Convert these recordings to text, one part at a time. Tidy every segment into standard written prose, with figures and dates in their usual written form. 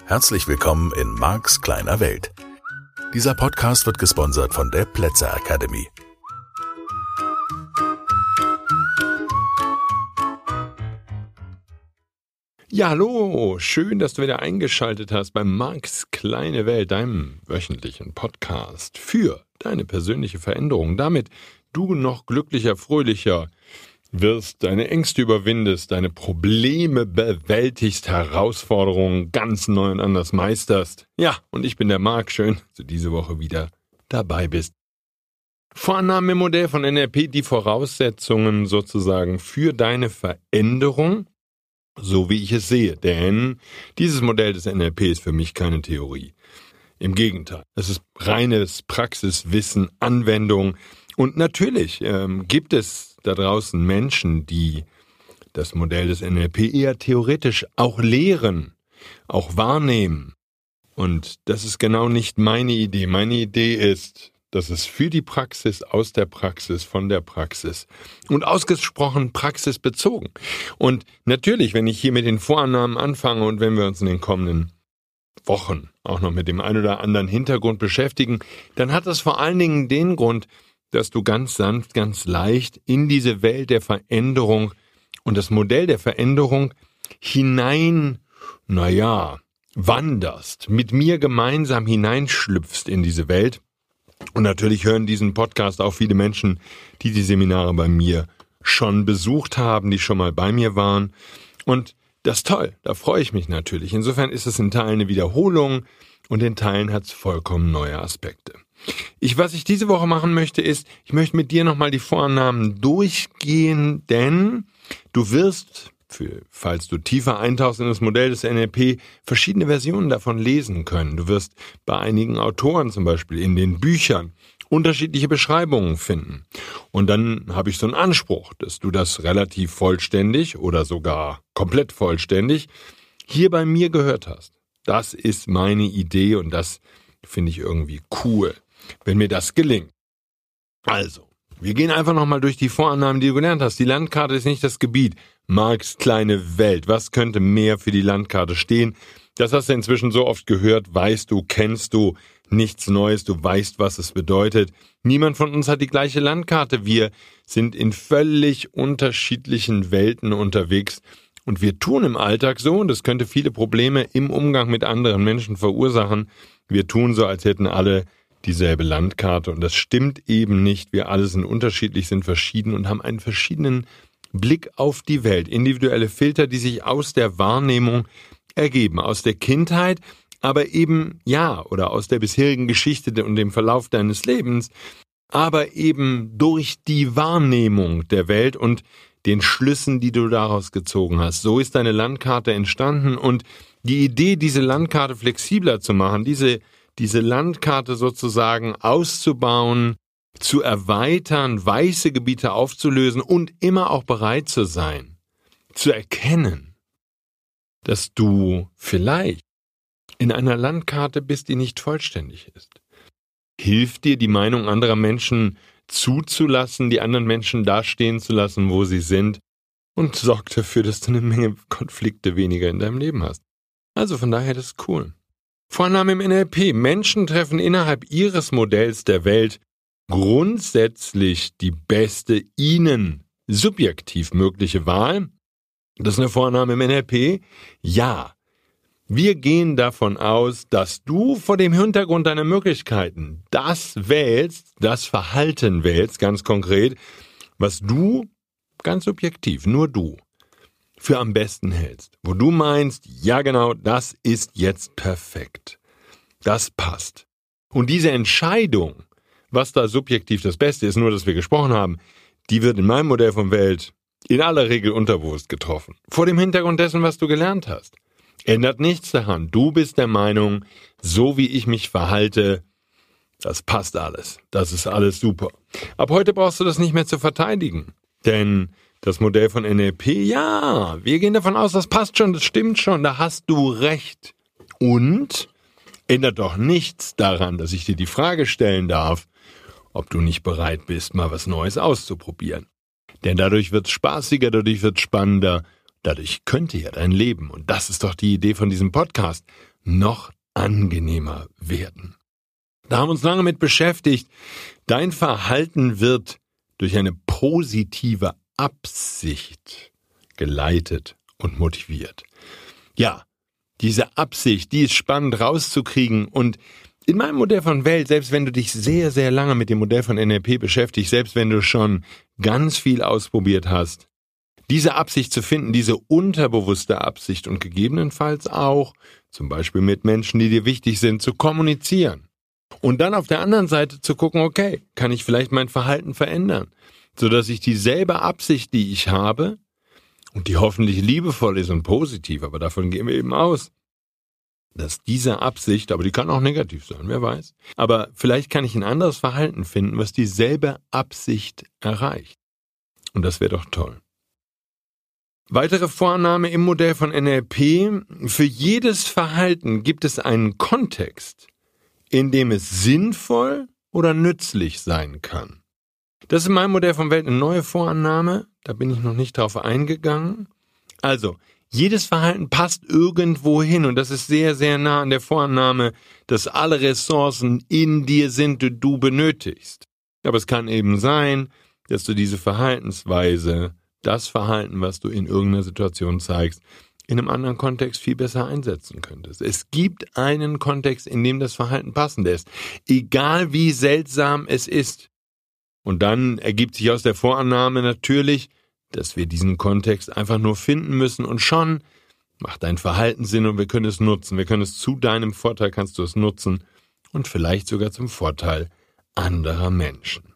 Herzlich willkommen in Marks kleiner Welt. Dieser Podcast wird gesponsert von der Plätzer Academy. Ja, hallo, schön, dass du wieder eingeschaltet hast bei Marks kleine Welt, deinem wöchentlichen Podcast für deine persönliche Veränderung. Damit du noch glücklicher, fröhlicher wirst, deine Ängste überwindest, deine Probleme bewältigst, Herausforderungen ganz neu und anders meisterst. Ja, und ich bin der Mark, schön, dass du diese Woche wieder dabei bist. Vorannahme im Modell von NLP, die Voraussetzungen sozusagen für deine Veränderung, so wie ich es sehe, denn dieses Modell des NLP ist für mich keine Theorie. Im Gegenteil, es ist reines Praxiswissen, Anwendung und natürlich gibt es da draußen Menschen, die das Modell des NLP eher theoretisch auch lehren, auch wahrnehmen und das ist genau nicht meine Idee. Meine Idee ist, dass es für die Praxis, aus der Praxis, von der Praxis und ausgesprochen praxisbezogen. Und natürlich, wenn ich hier mit den Vorannahmen anfange und wenn wir uns in den kommenden Wochen auch noch mit dem ein oder anderen Hintergrund beschäftigen, dann hat das vor allen Dingen den Grund, dass du ganz sanft, ganz leicht in diese Welt der Veränderung und das Modell der Veränderung hinein, wanderst, mit mir gemeinsam hineinschlüpfst in diese Welt. Und natürlich hören diesen Podcast auch viele Menschen, die die Seminare bei mir schon besucht haben, die schon mal bei mir waren. Und das ist toll, da freue ich mich natürlich. Insofern ist es in Teilen eine Wiederholung und in Teilen hat es vollkommen neue Aspekte. Was ich diese Woche machen möchte, ist, ich möchte mit dir nochmal die Vorannahmen durchgehen, denn du wirst, falls du tiefer eintauchst in das Modell des NLP, verschiedene Versionen davon lesen können. Du wirst bei einigen Autoren zum Beispiel in den Büchern unterschiedliche Beschreibungen finden. Und dann habe ich so einen Anspruch, dass du das relativ vollständig oder sogar komplett vollständig hier bei mir gehört hast. Das ist meine Idee und das finde ich irgendwie cool, wenn mir das gelingt. Also, wir gehen einfach nochmal durch die Vorannahmen, die du gelernt hast. Die Landkarte ist nicht das Gebiet. Marks kleine Welt. Was könnte mehr für die Landkarte stehen? Das hast du inzwischen so oft gehört, weißt du, kennst du, nichts Neues, du weißt, was es bedeutet. Niemand von uns hat die gleiche Landkarte. Wir sind in völlig unterschiedlichen Welten unterwegs. Und wir tun im Alltag so, und das könnte viele Probleme im Umgang mit anderen Menschen verursachen. Wir tun so, als hätten alle dieselbe Landkarte und das stimmt eben nicht. Wir alle sind unterschiedlich, sind verschieden und haben einen verschiedenen Blick auf die Welt. Individuelle Filter, die sich aus der Wahrnehmung ergeben, aus der Kindheit, aber eben, oder aus der bisherigen Geschichte und dem Verlauf deines Lebens, aber eben durch die Wahrnehmung der Welt und den Schlüssen, die du daraus gezogen hast. So ist deine Landkarte entstanden und die Idee, diese Landkarte flexibler zu machen, diese Landkarte sozusagen auszubauen, zu erweitern, weiße Gebiete aufzulösen und immer auch bereit zu sein, zu erkennen, dass du vielleicht in einer Landkarte bist, die nicht vollständig ist. Hilft dir, die Meinung anderer Menschen zuzulassen, die anderen Menschen dastehen zu lassen, wo sie sind und sorgt dafür, dass du eine Menge Konflikte weniger in deinem Leben hast. Also von daher, das ist cool. Vorannahme im NLP. Menschen treffen innerhalb ihres Modells der Welt grundsätzlich die beste ihnen subjektiv mögliche Wahl. Das ist eine Vorannahme im NLP. Ja, wir gehen davon aus, dass du vor dem Hintergrund deiner Möglichkeiten das wählst, das Verhalten wählst, ganz konkret, was du ganz subjektiv, nur du, für am besten hältst, wo du meinst, ja genau, das ist jetzt perfekt. Das passt. Und diese Entscheidung, was da subjektiv das Beste ist, nur dass wir gesprochen haben, die wird in meinem Modell von Welt in aller Regel unterbewusst getroffen. Vor dem Hintergrund dessen, was du gelernt hast. Ändert nichts daran. Du bist der Meinung, so wie ich mich verhalte, das passt alles. Das ist alles super. Ab heute brauchst du das nicht mehr zu verteidigen. Denn das Modell von NLP, wir gehen davon aus, das passt schon, das stimmt schon, da hast du recht. Und ändert doch nichts daran, dass ich dir die Frage stellen darf, ob du nicht bereit bist, mal was Neues auszuprobieren. Denn dadurch wird's spaßiger, dadurch wird's spannender, dadurch könnte ja dein Leben, und das ist doch die Idee von diesem Podcast, noch angenehmer werden. Da haben wir uns lange mit beschäftigt. Dein Verhalten wird durch eine positive Absicht geleitet und motiviert. Ja, diese Absicht, die ist spannend rauszukriegen, und in meinem Modell von Welt, selbst wenn du dich sehr, sehr lange mit dem Modell von NLP beschäftigst, selbst wenn du schon ganz viel ausprobiert hast, diese Absicht zu finden, diese unterbewusste Absicht und gegebenenfalls auch, zum Beispiel mit Menschen, die dir wichtig sind, zu kommunizieren. Und dann auf der anderen Seite zu gucken, okay, kann ich vielleicht mein Verhalten verändern, sodass ich dieselbe Absicht, die ich habe, und die hoffentlich liebevoll ist und positiv, aber davon gehen wir eben aus, dass diese Absicht, aber die kann auch negativ sein, wer weiß, aber vielleicht kann ich ein anderes Verhalten finden, was dieselbe Absicht erreicht. Und das wäre doch toll. Weitere Vorannahme im Modell von NLP: Für jedes Verhalten gibt es einen Kontext, in dem es sinnvoll oder nützlich sein kann. Das ist in meinem Modell von Welt eine neue Vorannahme, da bin ich noch nicht drauf eingegangen. Also, jedes Verhalten passt irgendwo hin, und das ist sehr, sehr nah an der Vorannahme, dass alle Ressourcen in dir sind, die du benötigst. Aber es kann eben sein, dass du diese Verhaltensweise, das Verhalten, was du in irgendeiner Situation zeigst, in einem anderen Kontext viel besser einsetzen könntest. Es gibt einen Kontext, in dem das Verhalten passend ist, egal wie seltsam es ist. Und dann ergibt sich aus der Vorannahme natürlich, dass wir diesen Kontext einfach nur finden müssen, und schon macht dein Verhalten Sinn und wir können es nutzen. Wir können es zu deinem Vorteil, kannst du es nutzen, und vielleicht sogar zum Vorteil anderer Menschen.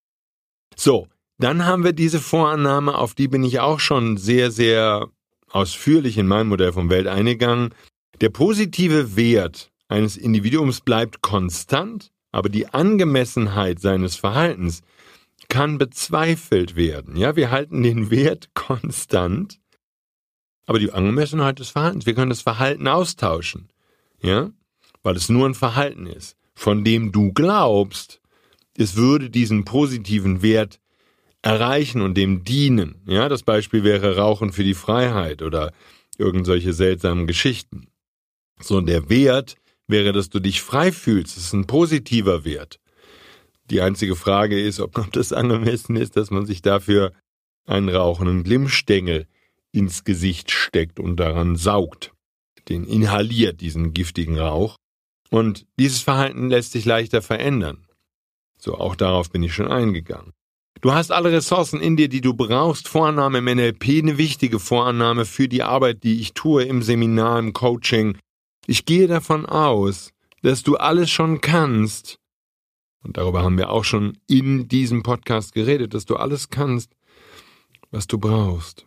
So, dann haben wir diese Vorannahme, auf die bin ich auch schon sehr, sehr ausführlich in meinem Modell von Welt eingegangen. Der positive Wert eines Individuums bleibt konstant, aber die Angemessenheit seines Verhaltens kann bezweifelt werden. Ja, wir halten den Wert konstant, aber die Angemessenheit des Verhaltens, wir können das Verhalten austauschen, ja, weil es nur ein Verhalten ist, von dem du glaubst, es würde diesen positiven Wert erreichen und dem dienen. Ja, das Beispiel wäre Rauchen für die Freiheit oder irgendwelche seltsamen Geschichten. So, der Wert wäre, dass du dich frei fühlst. Das ist ein positiver Wert. Die einzige Frage ist, ob das angemessen ist, dass man sich dafür einen rauchenden Glimmstängel ins Gesicht steckt und daran saugt, den inhaliert, diesen giftigen Rauch. Und dieses Verhalten lässt sich leichter verändern. So, auch darauf bin ich schon eingegangen. Du hast alle Ressourcen in dir, die du brauchst. Vorannahme im NLP, eine wichtige Vorannahme für die Arbeit, die ich tue im Seminar, im Coaching. Ich gehe davon aus, dass du alles schon kannst. Und darüber haben wir auch schon in diesem Podcast geredet, dass du alles kannst, was du brauchst.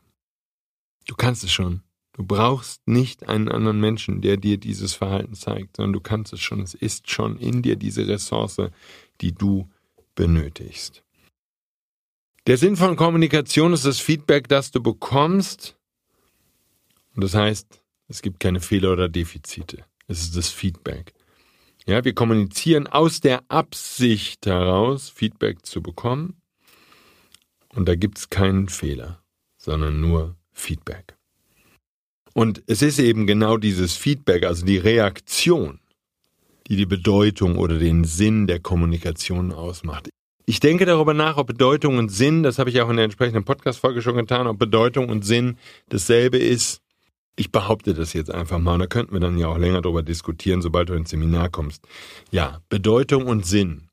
Du kannst es schon. Du brauchst nicht einen anderen Menschen, der dir dieses Verhalten zeigt, sondern du kannst es schon. Es ist schon in dir diese Ressource, die du benötigst. Der Sinn von Kommunikation ist das Feedback, das du bekommst. Und das heißt, es gibt keine Fehler oder Defizite. Es ist das Feedback. Ja, wir kommunizieren aus der Absicht heraus, Feedback zu bekommen. Und da gibt es keinen Fehler, sondern nur Feedback. Und es ist eben genau dieses Feedback, also die Reaktion, die die Bedeutung oder den Sinn der Kommunikation ausmacht. Ich denke darüber nach, ob Bedeutung und Sinn, das habe ich auch in der entsprechenden Podcast-Folge schon getan, ob Bedeutung und Sinn dasselbe ist. Ich behaupte das jetzt einfach mal, und da könnten wir dann ja auch länger darüber diskutieren, sobald du ins Seminar kommst. Ja, Bedeutung und Sinn.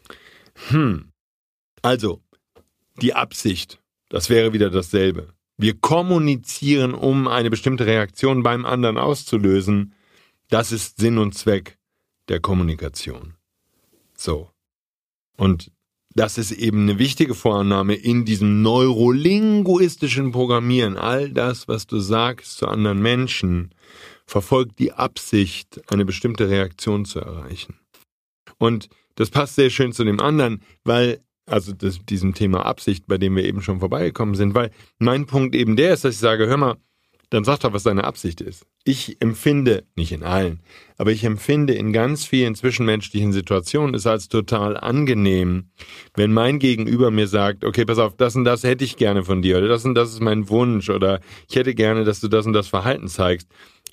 Also, die Absicht, das wäre wieder dasselbe. Wir kommunizieren, um eine bestimmte Reaktion beim anderen auszulösen. Das ist Sinn und Zweck der Kommunikation. So. Und das ist eben eine wichtige Vorannahme in diesem neurolinguistischen Programmieren. All das, was du sagst zu anderen Menschen, verfolgt die Absicht, eine bestimmte Reaktion zu erreichen. Und das passt sehr schön zu dem anderen, weil, also diesem Thema Absicht, bei dem wir eben schon vorbeigekommen sind, weil mein Punkt eben der ist, dass ich sage, hör mal, dann sag doch, was deine Absicht ist. Ich empfinde, nicht in allen, aber ich empfinde in ganz vielen zwischenmenschlichen Situationen es als total angenehm, wenn mein Gegenüber mir sagt, okay, pass auf, das und das hätte ich gerne von dir oder das und das ist mein Wunsch oder ich hätte gerne, dass du das und das Verhalten zeigst.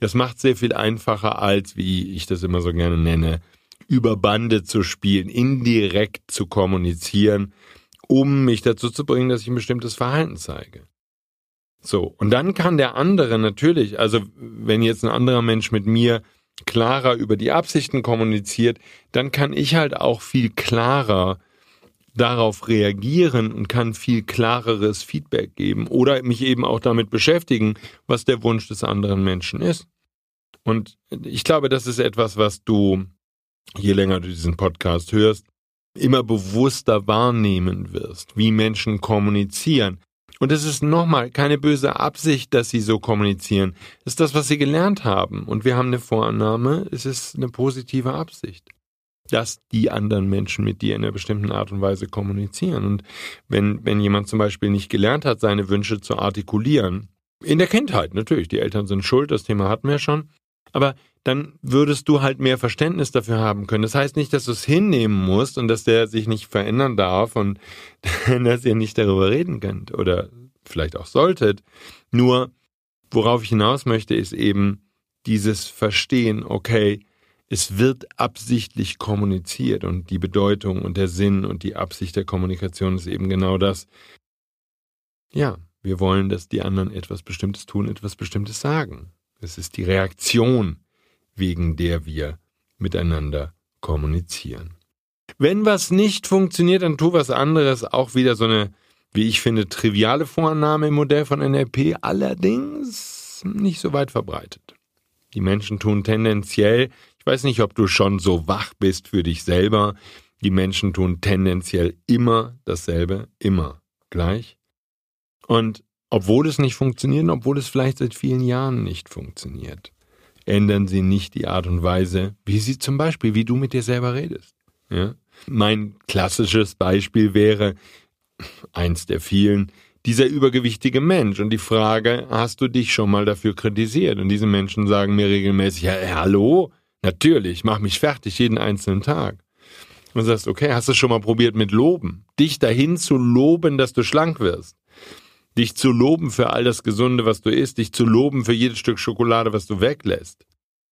Das macht sehr viel einfacher als, wie ich das immer so gerne nenne, über Bande zu spielen, indirekt zu kommunizieren, um mich dazu zu bringen, dass ich ein bestimmtes Verhalten zeige. So, und dann kann der andere natürlich, also wenn jetzt ein anderer Mensch mit mir klarer über die Absichten kommuniziert, dann kann ich halt auch viel klarer darauf reagieren und kann viel klareres Feedback geben oder mich eben auch damit beschäftigen, was der Wunsch des anderen Menschen ist. Und ich glaube, das ist etwas, was du, je länger du diesen Podcast hörst, immer bewusster wahrnehmen wirst, wie Menschen kommunizieren. Und es ist nochmal keine böse Absicht, dass sie so kommunizieren. Es ist das, was sie gelernt haben. Und wir haben eine Vorannahme, es ist eine positive Absicht, dass die anderen Menschen mit dir in einer bestimmten Art und Weise kommunizieren. Und wenn jemand zum Beispiel nicht gelernt hat, seine Wünsche zu artikulieren, in der Kindheit natürlich, die Eltern sind schuld, das Thema hatten wir schon, aber dann würdest du halt mehr Verständnis dafür haben können. Das heißt nicht, dass du es hinnehmen musst und dass der sich nicht verändern darf und dass ihr nicht darüber reden könnt oder vielleicht auch solltet. Nur, worauf ich hinaus möchte, ist eben dieses Verstehen, okay, es wird absichtlich kommuniziert und die Bedeutung und der Sinn und die Absicht der Kommunikation ist eben genau das. Ja, wir wollen, dass die anderen etwas Bestimmtes tun, etwas Bestimmtes sagen. Es ist die Reaktion, wegen der wir miteinander kommunizieren. Wenn was nicht funktioniert, dann tu was anderes. Auch wieder so eine, wie ich finde, triviale Vorannahme im Modell von NLP, allerdings nicht so weit verbreitet. Die Menschen tun tendenziell, ich weiß nicht, ob du schon so wach bist für dich selber, die Menschen tun tendenziell immer dasselbe, immer gleich. Und obwohl es nicht funktioniert, obwohl es vielleicht seit vielen Jahren nicht funktioniert, ändern sie nicht die Art und Weise, wie du mit dir selber redest. Ja? Mein klassisches Beispiel wäre, eins der vielen, dieser übergewichtige Mensch und die Frage, hast du dich schon mal dafür kritisiert? Und diese Menschen sagen mir regelmäßig, ja, hallo, natürlich, mach mich fertig jeden einzelnen Tag. Und du sagst, okay, hast du schon mal probiert mit Loben? Dich dahin zu loben, dass du schlank wirst. Dich zu loben für all das Gesunde, was du isst, dich zu loben für jedes Stück Schokolade, was du weglässt.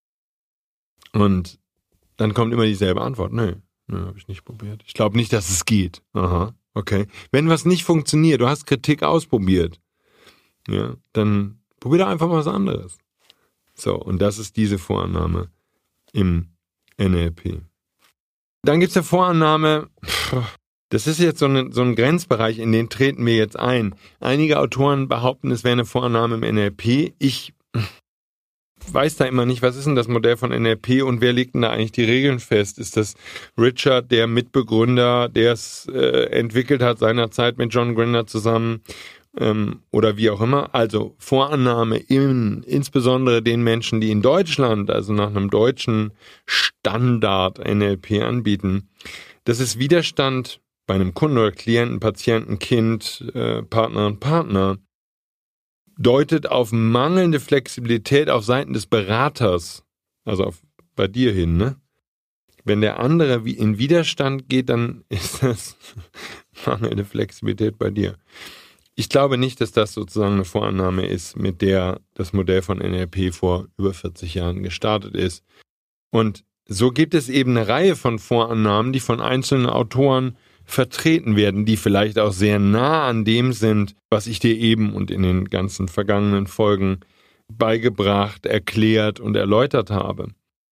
Und dann kommt immer dieselbe Antwort. Nö, habe ich nicht probiert. Ich glaube nicht, dass es geht. Aha, okay. Wenn was nicht funktioniert, du hast Kritik ausprobiert, ja, dann probier doch einfach mal was anderes. So, und das ist diese Vorannahme im NLP. Dann gibt es eine Vorannahme, das ist jetzt so ein Grenzbereich, in den treten wir jetzt ein. Einige Autoren behaupten, es wäre eine Vorannahme im NLP. Ich weiß da immer nicht, was ist denn das Modell von NLP und wer legt denn da eigentlich die Regeln fest? Ist das Richard, der Mitbegründer, der es entwickelt hat seinerzeit mit John Grinder zusammen oder wie auch immer? Also Vorannahme insbesondere den Menschen, die in Deutschland, also nach einem deutschen Standard NLP anbieten. Das ist Widerstand bei einem Kunden oder Klienten, Patienten, Kind, Partner und Partner, deutet auf mangelnde Flexibilität auf Seiten des Beraters, also bei dir hin, ne? Wenn der andere in Widerstand geht, dann ist das mangelnde Flexibilität bei dir. Ich glaube nicht, dass das sozusagen eine Vorannahme ist, mit der das Modell von NLP vor über 40 Jahren gestartet ist. Und so gibt es eben eine Reihe von Vorannahmen, die von einzelnen Autoren vertreten werden, die vielleicht auch sehr nah an dem sind, was ich dir eben und in den ganzen vergangenen Folgen beigebracht, erklärt und erläutert habe.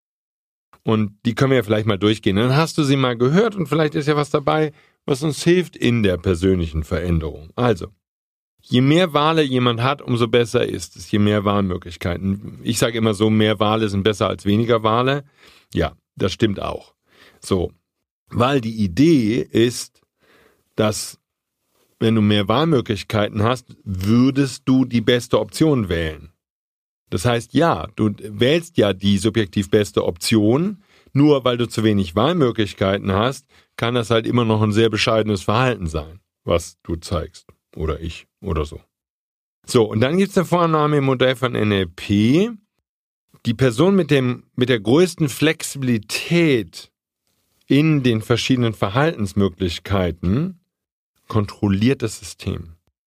Und die können wir ja vielleicht mal durchgehen. Dann hast du sie mal gehört und vielleicht ist ja was dabei, was uns hilft in der persönlichen Veränderung. Also, je mehr Wale jemand hat, umso besser ist es, je mehr Wahlmöglichkeiten. Ich sage immer so, mehr Wale sind besser als weniger Wale. Ja, das stimmt auch. So, weil die Idee ist, dass wenn du mehr Wahlmöglichkeiten hast, würdest du die beste Option wählen. Das heißt, ja, du wählst ja die subjektiv beste Option, nur weil du zu wenig Wahlmöglichkeiten hast, kann das halt immer noch ein sehr bescheidenes Verhalten sein, was du zeigst. Oder ich oder so. So, und dann gibt es eine Vorannahme im Modell von NLP. Die Person mit der größten Flexibilität in den verschiedenen Verhaltensmöglichkeiten kontrolliert das System.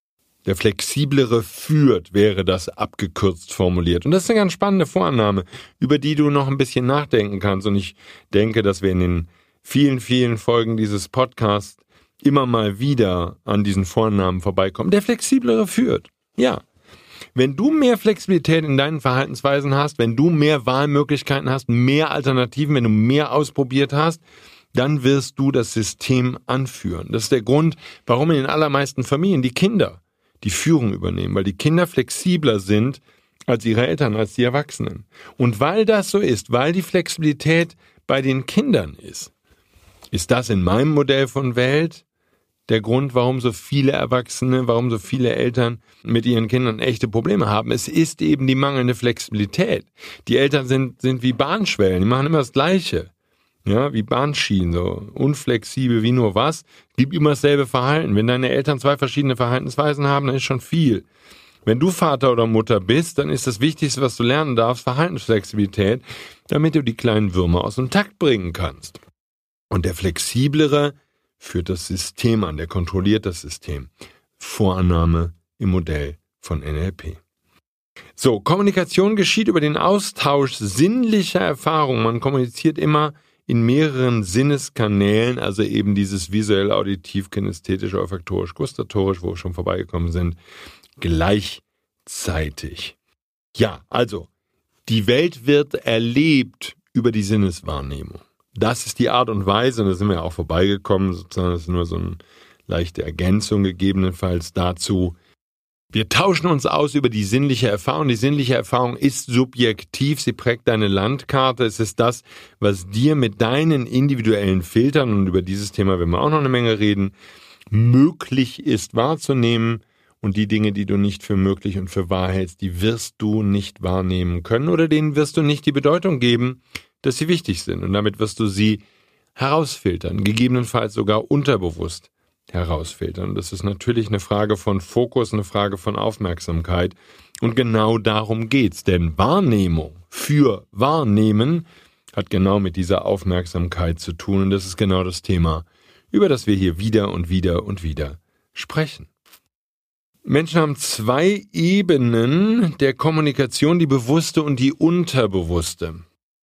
Der Flexiblere führt, wäre das abgekürzt formuliert. Und das ist eine ganz spannende Vorannahme, über die du noch ein bisschen nachdenken kannst. Und ich denke, dass wir in den vielen, vielen Folgen dieses Podcasts immer mal wieder an diesen Vorannahmen vorbeikommen. Der Flexiblere führt. Ja. Wenn du mehr Flexibilität in deinen Verhaltensweisen hast, wenn du mehr Wahlmöglichkeiten hast, mehr Alternativen, wenn du mehr ausprobiert hast, dann wirst du das System anführen. Das ist der Grund, warum in den allermeisten Familien die Kinder die Führung übernehmen, weil die Kinder flexibler sind als ihre Eltern, als die Erwachsenen. Und weil das so ist, weil die Flexibilität bei den Kindern ist das in meinem Modell von Welt der Grund, warum so viele Erwachsene, warum so viele Eltern mit ihren Kindern echte Probleme haben. Es ist eben die mangelnde Flexibilität. Die Eltern sind wie Bahnschwellen, die machen immer das Gleiche. Ja, wie Bahnschienen, so unflexibel wie nur was. Gibt immer dasselbe Verhalten. Wenn deine Eltern 2 verschiedene Verhaltensweisen haben, dann ist schon viel. Wenn du Vater oder Mutter bist, dann ist das Wichtigste, was du lernen darfst, Verhaltensflexibilität, damit du die kleinen Würmer aus dem Takt bringen kannst. Und der Flexiblere führt das System an, der kontrolliert das System. Vorannahme im Modell von NLP. So, Kommunikation geschieht über den Austausch sinnlicher Erfahrungen. Man kommuniziert immer in mehreren Sinneskanälen, also eben dieses visuell, auditiv, kinästhetisch, olfaktorisch, gustatorisch, wo wir schon vorbeigekommen sind, gleichzeitig. Ja, also, die Welt wird erlebt über die Sinneswahrnehmung. Das ist die Art und Weise, und da sind wir auch vorbeigekommen, sozusagen, das ist nur so eine leichte Ergänzung gegebenenfalls dazu. Wir tauschen uns aus über die sinnliche Erfahrung. Die sinnliche Erfahrung ist subjektiv, sie prägt deine Landkarte. Es ist das, was dir mit deinen individuellen Filtern, und über dieses Thema werden wir auch noch eine Menge reden, möglich ist wahrzunehmen. Und die Dinge, die du nicht für möglich und für wahr hältst, die wirst du nicht wahrnehmen können oder denen wirst du nicht die Bedeutung geben, dass sie wichtig sind. Und damit wirst du sie herausfiltern, gegebenenfalls sogar unterbewusst herausfiltern. Das ist natürlich eine Frage von Fokus, eine Frage von Aufmerksamkeit. Und genau darum geht's. Denn Wahrnehmung für Wahrnehmen hat genau mit dieser Aufmerksamkeit zu tun. Und das ist genau das Thema, über das wir hier wieder und wieder und wieder sprechen. Menschen haben 2 Ebenen der Kommunikation, die bewusste und die unterbewusste.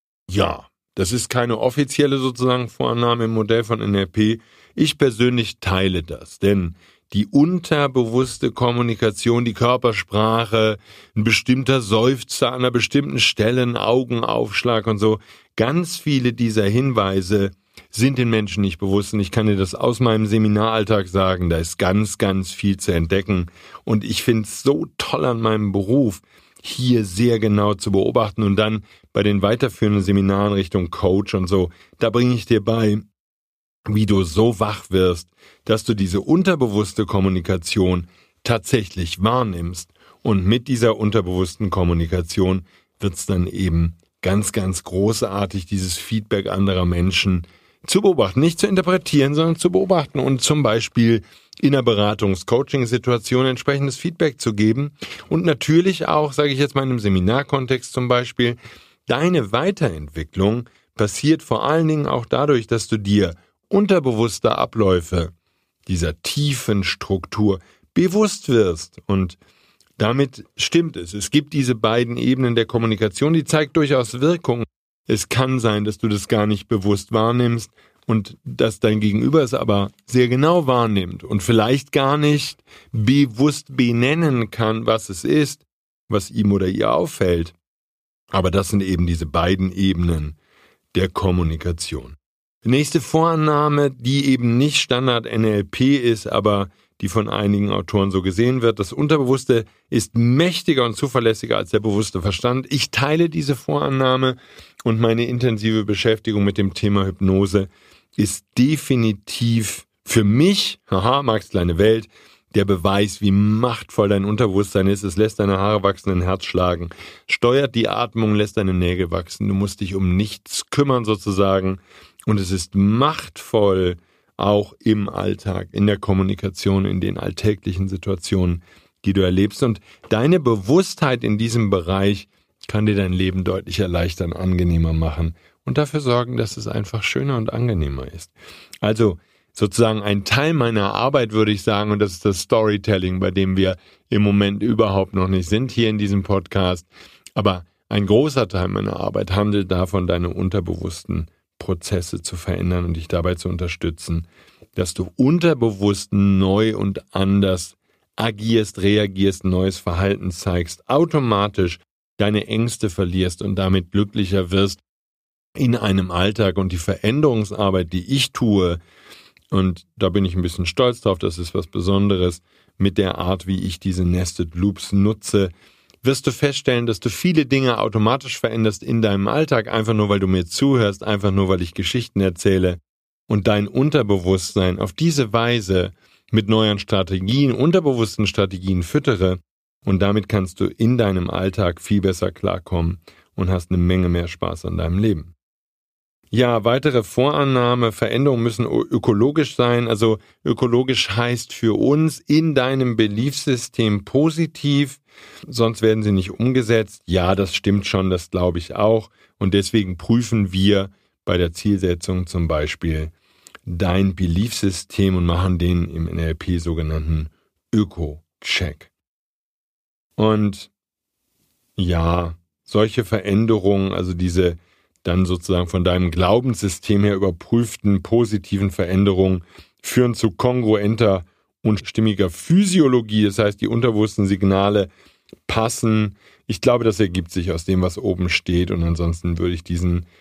Ja, das ist keine offizielle sozusagen Vorannahme im Modell von NLP. Ich persönlich teile das, denn die unterbewusste Kommunikation, die Körpersprache, ein bestimmter Seufzer an einer bestimmten Stelle, ein Augenaufschlag und so, ganz viele dieser Hinweise sind den Menschen nicht bewusst. Und ich kann dir das aus meinem Seminaralltag sagen, da ist ganz, ganz viel zu entdecken. Und ich finde es so toll an meinem Beruf, hier sehr genau zu beobachten und dann bei den weiterführenden Seminaren Richtung Coach und so, da bringe ich dir bei, wie du so wach wirst, dass du diese unterbewusste Kommunikation tatsächlich wahrnimmst. Und mit dieser unterbewussten Kommunikation wird es dann eben ganz, ganz großartig, dieses Feedback anderer Menschen zu beobachten, nicht zu interpretieren, sondern zu beobachten und zum Beispiel in einer Beratungs-Coaching-Situation entsprechendes Feedback zu geben und natürlich auch, sage ich jetzt mal in einem Seminarkontext zum Beispiel, deine Weiterentwicklung passiert vor allen Dingen auch dadurch, dass du dir unterbewusster Abläufe dieser tiefen Struktur bewusst wirst und damit stimmt es. Es gibt diese beiden Ebenen der Kommunikation, die zeigt durchaus Wirkung. Es kann sein, dass du das gar nicht bewusst wahrnimmst und dass dein Gegenüber es aber sehr genau wahrnimmt und vielleicht gar nicht bewusst benennen kann, was es ist, was ihm oder ihr auffällt. Aber das sind eben diese beiden Ebenen der Kommunikation. Die nächste Vorannahme, die eben nicht Standard NLP ist, aber die von einigen Autoren so gesehen wird. Das Unterbewusste ist mächtiger und zuverlässiger als der bewusste Verstand. Ich teile diese Vorannahme und meine intensive Beschäftigung mit dem Thema Hypnose ist definitiv für mich, Max kleine Welt, der Beweis, wie machtvoll dein Unterbewusstsein ist. Es lässt deine Haare wachsen, dein Herz schlagen, steuert die Atmung, lässt deine Nägel wachsen. Du musst dich um nichts kümmern sozusagen und es ist machtvoll, auch im Alltag, in der Kommunikation, in den alltäglichen Situationen, die du erlebst. Und deine Bewusstheit in diesem Bereich kann dir dein Leben deutlich erleichtern, angenehmer machen und dafür sorgen, dass es einfach schöner und angenehmer ist. Also sozusagen ein Teil meiner Arbeit, würde ich sagen, und das ist das Storytelling, bei dem wir im Moment überhaupt noch nicht sind hier in diesem Podcast. Aber ein großer Teil meiner Arbeit handelt davon, deine unterbewussten Prozesse zu verändern und dich dabei zu unterstützen, dass du unterbewusst neu und anders agierst, reagierst, neues Verhalten zeigst, automatisch deine Ängste verlierst und damit glücklicher wirst in einem Alltag. Und die Veränderungsarbeit, die ich tue, und da bin ich ein bisschen stolz drauf, das ist was Besonderes, mit der Art, wie ich diese Nested Loops nutze, wirst du feststellen, dass du viele Dinge automatisch veränderst in deinem Alltag, einfach nur, weil du mir zuhörst, einfach nur, weil ich Geschichten erzähle und dein Unterbewusstsein auf diese Weise mit neuen Strategien, unterbewussten Strategien füttere und damit kannst du in deinem Alltag viel besser klarkommen und hast eine Menge mehr Spaß an deinem Leben. Ja, weitere Vorannahme, Veränderungen müssen ökologisch sein. Also ökologisch heißt für uns in deinem Beliefssystem positiv, sonst werden sie nicht umgesetzt. Ja, das stimmt schon, das glaube ich auch. Und deswegen prüfen wir bei der Zielsetzung zum Beispiel dein Beliefssystem und machen den im NLP sogenannten Öko-Check. Und ja, solche Veränderungen, also diese dann sozusagen von deinem Glaubenssystem her überprüften positiven Veränderungen führen zu kongruenter und stimmiger Physiologie. Das heißt, die unterbewussten Signale passen. Ich glaube, das ergibt sich aus dem, was oben steht. Und ansonsten würde ich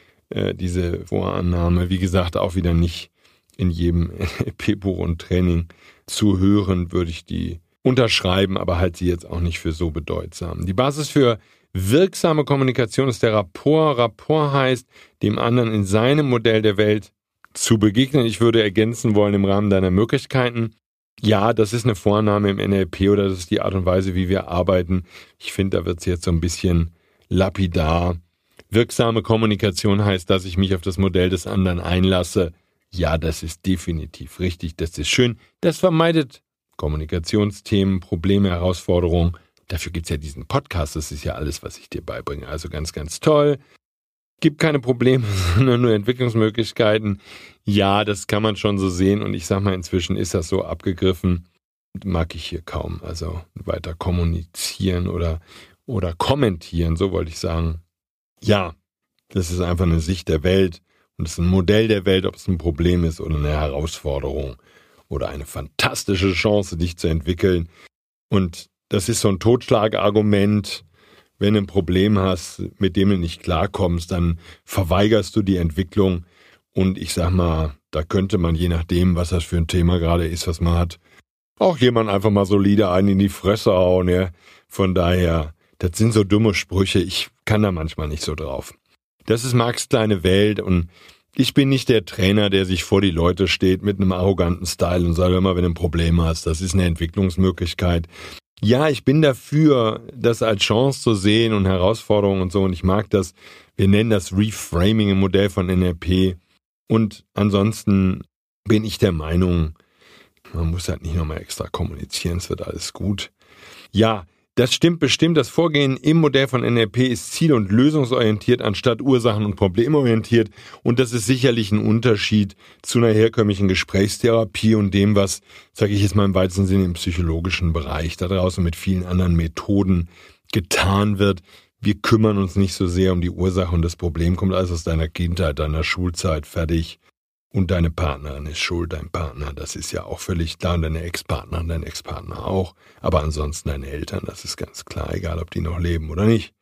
diese Vorannahme, wie gesagt, auch wieder nicht in jedem NLP-Buch und Training zu hören, würde ich die unterschreiben, aber halte sie jetzt auch nicht für so bedeutsam. Die Basis für wirksame Kommunikation ist der Rapport. Rapport heißt, dem anderen in seinem Modell der Welt zu begegnen. Ich würde ergänzen wollen im Rahmen deiner Möglichkeiten. Ja, das ist eine Vorannahme im NLP oder das ist die Art und Weise, wie wir arbeiten. Ich finde, da wird es jetzt so ein bisschen lapidar. Wirksame Kommunikation heißt, dass ich mich auf das Modell des anderen einlasse. Ja, das ist definitiv richtig, das ist schön. Das vermeidet Kommunikationsthemen, Probleme, Herausforderungen. Dafür gibt's ja diesen Podcast, das ist ja alles, was ich dir beibringe. Also ganz, ganz toll. Gibt keine Probleme, sondern nur Entwicklungsmöglichkeiten. Ja, das kann man schon so sehen und ich sag mal, inzwischen ist das so abgegriffen. Mag ich hier kaum, also weiter kommunizieren oder kommentieren, so wollte ich sagen. Ja, das ist einfach eine Sicht der Welt und es ist ein Modell der Welt, ob es ein Problem ist oder eine Herausforderung oder eine fantastische Chance, dich zu entwickeln. Und das ist so ein Totschlagargument. Wenn du ein Problem hast, mit dem du nicht klarkommst, dann verweigerst du die Entwicklung. Und ich sag mal, da könnte man, je nachdem, was das für ein Thema gerade ist, was man hat, auch jemand einfach mal solide einen in die Fresse hauen. Ja. Von daher, das sind so dumme Sprüche. Ich kann da manchmal nicht so drauf. Das ist Marx' kleine Welt und ich bin nicht der Trainer, der sich vor die Leute steht mit einem arroganten Style und sagt, hör mal, wenn du ein Problem hast, das ist eine Entwicklungsmöglichkeit. Ja, ich bin dafür, das als Chance zu sehen und Herausforderungen und so. Und ich mag das, wir nennen das Reframing im Modell von NLP. Und ansonsten bin ich der Meinung, man muss halt nicht nochmal extra kommunizieren, es wird alles gut. Ja, das stimmt bestimmt. Das Vorgehen im Modell von NLP ist ziel- und lösungsorientiert anstatt ursachen- und problemorientiert. Und das ist sicherlich ein Unterschied zu einer herkömmlichen Gesprächstherapie und dem, was, sage ich jetzt mal im weitesten Sinne, im psychologischen Bereich da draußen mit vielen anderen Methoden getan wird. Wir kümmern uns nicht so sehr um die Ursache und das Problem kommt alles aus deiner Kindheit, deiner Schulzeit, fertig. Und deine Partnerin ist schuld, dein Partner, das ist ja auch völlig klar, und deine Ex-Partnerin, dein Ex-Partner auch. Aber ansonsten deine Eltern, das ist ganz klar, egal ob die noch leben oder nicht.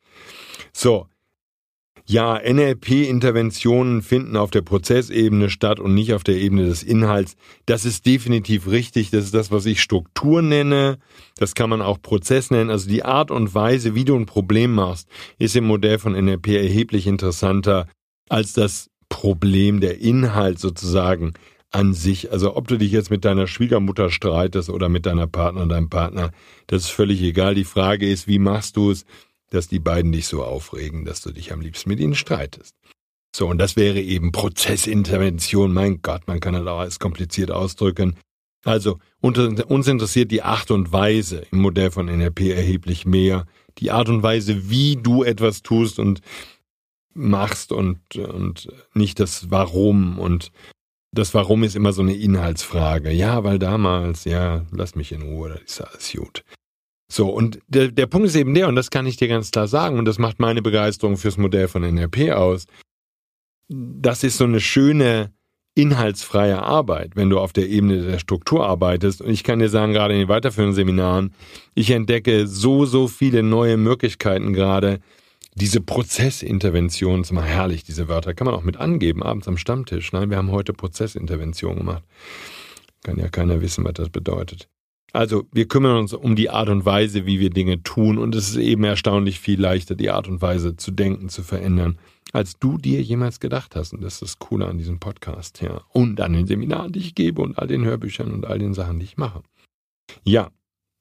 So, ja, NLP-Interventionen finden auf der Prozessebene statt und nicht auf der Ebene des Inhalts. Das ist definitiv richtig, das ist das, was ich Struktur nenne. Das kann man auch Prozess nennen. Also die Art und Weise, wie du ein Problem machst, ist im Modell von NLP erheblich interessanter als das Problem, der Inhalt sozusagen an sich. Also ob du dich jetzt mit deiner Schwiegermutter streitest oder mit deiner Partnerin, deinem Partner, das ist völlig egal. Die Frage ist, wie machst du es, dass die beiden dich so aufregen, dass du dich am liebsten mit ihnen streitest. So, und das wäre eben Prozessintervention. Mein Gott, man kann das auch alles kompliziert ausdrücken. Also, uns interessiert die Art und Weise im Modell von NLP erheblich mehr. Die Art und Weise, wie du etwas tust und machst und nicht das Warum. Und Das Warum ist immer so eine Inhaltsfrage. Ja, weil damals, ja, lass mich in Ruhe, das ist alles gut. So, und der Punkt ist eben der, und das kann ich dir ganz klar sagen, und das macht meine Begeisterung fürs Modell von NLP aus. Das ist so eine schöne, inhaltsfreie Arbeit, wenn du auf der Ebene der Struktur arbeitest. Und ich kann dir sagen, gerade in den weiterführenden Seminaren, ich entdecke so viele neue Möglichkeiten gerade. Diese Prozessintervention, ist mal herrlich, diese Wörter, kann man auch mit angeben, abends am Stammtisch. Nein, wir haben heute Prozessintervention gemacht. Kann ja keiner wissen, was das bedeutet. Also, wir kümmern uns um die Art und Weise, wie wir Dinge tun. Und es ist eben erstaunlich viel leichter, die Art und Weise zu denken, zu verändern, als du dir jemals gedacht hast. Und das ist das Coole an diesem Podcast, ja. Und an den Seminaren, die ich gebe und all den Hörbüchern und all den Sachen, die ich mache. Ja.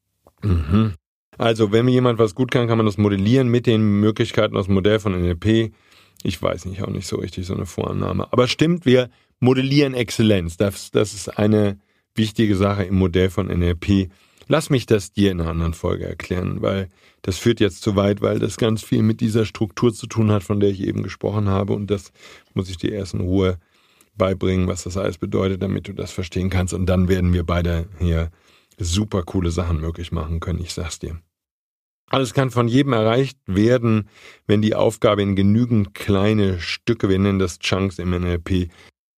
Also, wenn mir jemand was gut kann man das modellieren mit den Möglichkeiten aus dem Modell von NLP. Ich weiß nicht, auch nicht so richtig so eine Vorannahme. Aber stimmt, wir modellieren Exzellenz. Das ist eine wichtige Sache im Modell von NLP. Lass mich das dir in einer anderen Folge erklären, weil das führt jetzt zu weit, weil das ganz viel mit dieser Struktur zu tun hat, von der ich eben gesprochen habe. Und das muss ich dir erst in Ruhe beibringen, was das alles bedeutet, damit du das verstehen kannst. Und dann werden wir beide hier super coole Sachen möglich machen können, ich sag's dir. Alles kann von jedem erreicht werden, wenn die Aufgabe in genügend kleine Stücke, wir nennen das Chunks im NLP,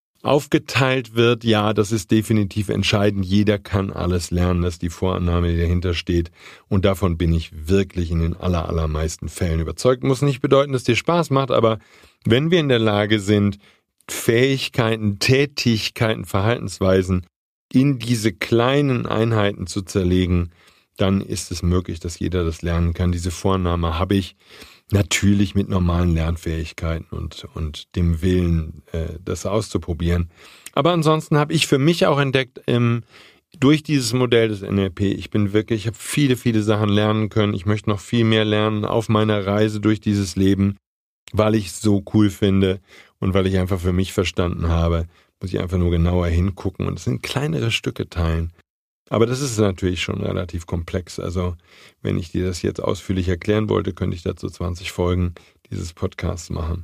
aufgeteilt wird. Ja, das ist definitiv entscheidend. Jeder kann alles lernen, das ist die Vorannahme, die dahinter steht. Und davon bin ich wirklich in den allermeisten Fällen überzeugt. Muss nicht bedeuten, dass dir Spaß macht, aber wenn wir in der Lage sind, Fähigkeiten, Tätigkeiten, Verhaltensweisen in diese kleinen Einheiten zu zerlegen, dann ist es möglich, dass jeder das lernen kann. Diese Vorannahme habe ich natürlich mit normalen Lernfähigkeiten und dem Willen, das auszuprobieren. Aber ansonsten habe ich für mich auch entdeckt, durch dieses Modell des NLP, ich habe viele Sachen lernen können. Ich möchte noch viel mehr lernen auf meiner Reise durch dieses Leben, weil ich es so cool finde und weil ich einfach für mich verstanden habe, muss ich einfach nur genauer hingucken und es in kleinere Stücke teilen. Aber das ist natürlich schon relativ komplex. Also wenn ich dir das jetzt ausführlich erklären wollte, könnte ich dazu 20 Folgen dieses Podcasts machen.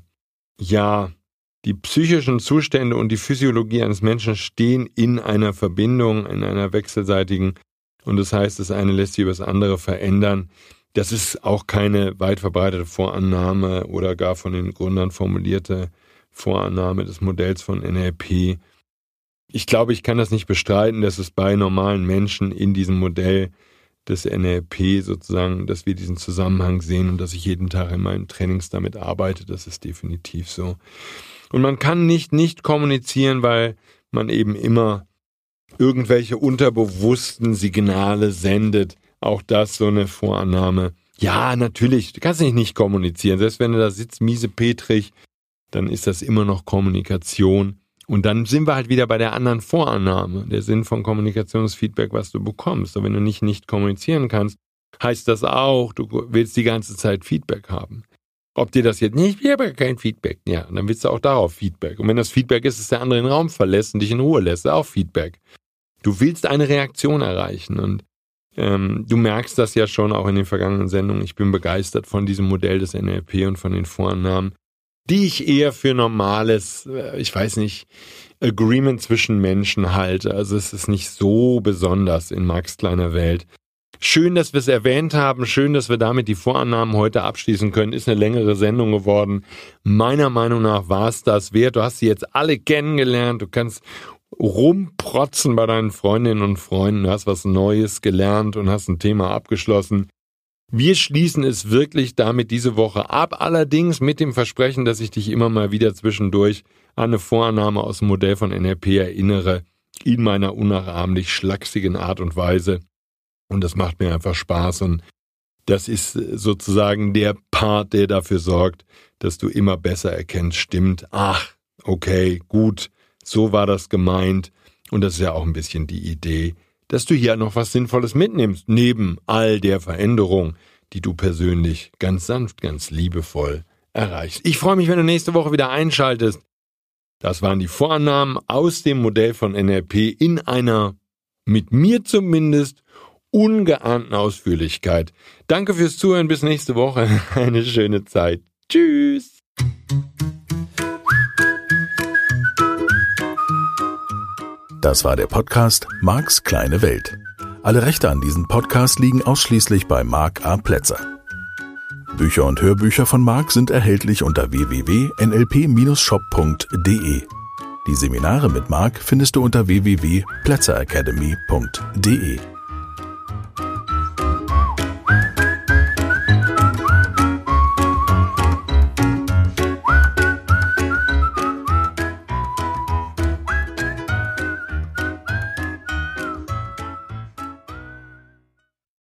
Ja, die psychischen Zustände und die Physiologie eines Menschen stehen in einer Verbindung, in einer wechselseitigen. Und das heißt, das eine lässt sich über das andere verändern. Das ist auch keine weit verbreitete Vorannahme oder gar von den Gründern formulierte Vorannahme des Modells von NLP. Ich glaube, ich kann das nicht bestreiten, dass es bei normalen Menschen in diesem Modell des NLP sozusagen, dass wir diesen Zusammenhang sehen und dass ich jeden Tag in meinen Trainings damit arbeite. Das ist definitiv so. Und man kann nicht kommunizieren, weil man eben immer irgendwelche unterbewussten Signale sendet. Auch das so eine Vorannahme. Ja, natürlich, du kannst nicht kommunizieren. Selbst wenn du da sitzt, miesepetrig, dann ist das immer noch Kommunikation. Und dann sind wir halt wieder bei der anderen Vorannahme. Der Sinn von Kommunikation ist Feedback, was du bekommst. Und wenn du nicht kommunizieren kannst, heißt das auch, du willst die ganze Zeit Feedback haben. Ob dir das jetzt nicht, ich habe kein Feedback. Ja, dann willst du auch darauf Feedback. Und wenn das Feedback ist, dass der andere den Raum verlässt und dich in Ruhe lässt, ist auch Feedback. Du willst eine Reaktion erreichen. Und du merkst das ja schon auch in den vergangenen Sendungen. Ich bin begeistert von diesem Modell des NLP und von den Vorannahmen, die ich eher für normales, Agreement zwischen Menschen halte. Also es ist nicht so besonders in Max kleiner Welt. Schön, dass wir es erwähnt haben. Schön, dass wir damit die Vorannahmen heute abschließen können. Ist eine längere Sendung geworden. Meiner Meinung nach war es das wert. Du hast sie jetzt alle kennengelernt. Du kannst rumprotzen bei deinen Freundinnen und Freunden. Du hast was Neues gelernt und hast ein Thema abgeschlossen. Wir schließen es wirklich damit diese Woche ab, allerdings mit dem Versprechen, dass ich dich immer mal wieder zwischendurch an eine Vorannahme aus dem Modell von NLP erinnere, in meiner unnachahmlich schlachsigen Art und Weise. Und das macht mir einfach Spaß und das ist sozusagen der Part, der dafür sorgt, dass du immer besser erkennst, stimmt, ach, okay, gut, so war das gemeint. Und das ist ja auch ein bisschen die Idee, dass du hier noch was Sinnvolles mitnimmst, neben all der Veränderung, die du persönlich ganz sanft, ganz liebevoll erreichst. Ich freue mich, wenn du nächste Woche wieder einschaltest. Das waren die Vorannahmen aus dem Modell von NLP in einer, mit mir zumindest, ungeahnten Ausführlichkeit. Danke fürs Zuhören, bis nächste Woche. Eine schöne Zeit. Tschüss. Das war der Podcast Marks kleine Welt. Alle Rechte an diesem Podcast liegen ausschließlich bei Mark A. Plätzer. Bücher und Hörbücher von Mark sind erhältlich unter www.nlp-shop.de. Die Seminare mit Mark findest du unter www.plätzeracademy.de.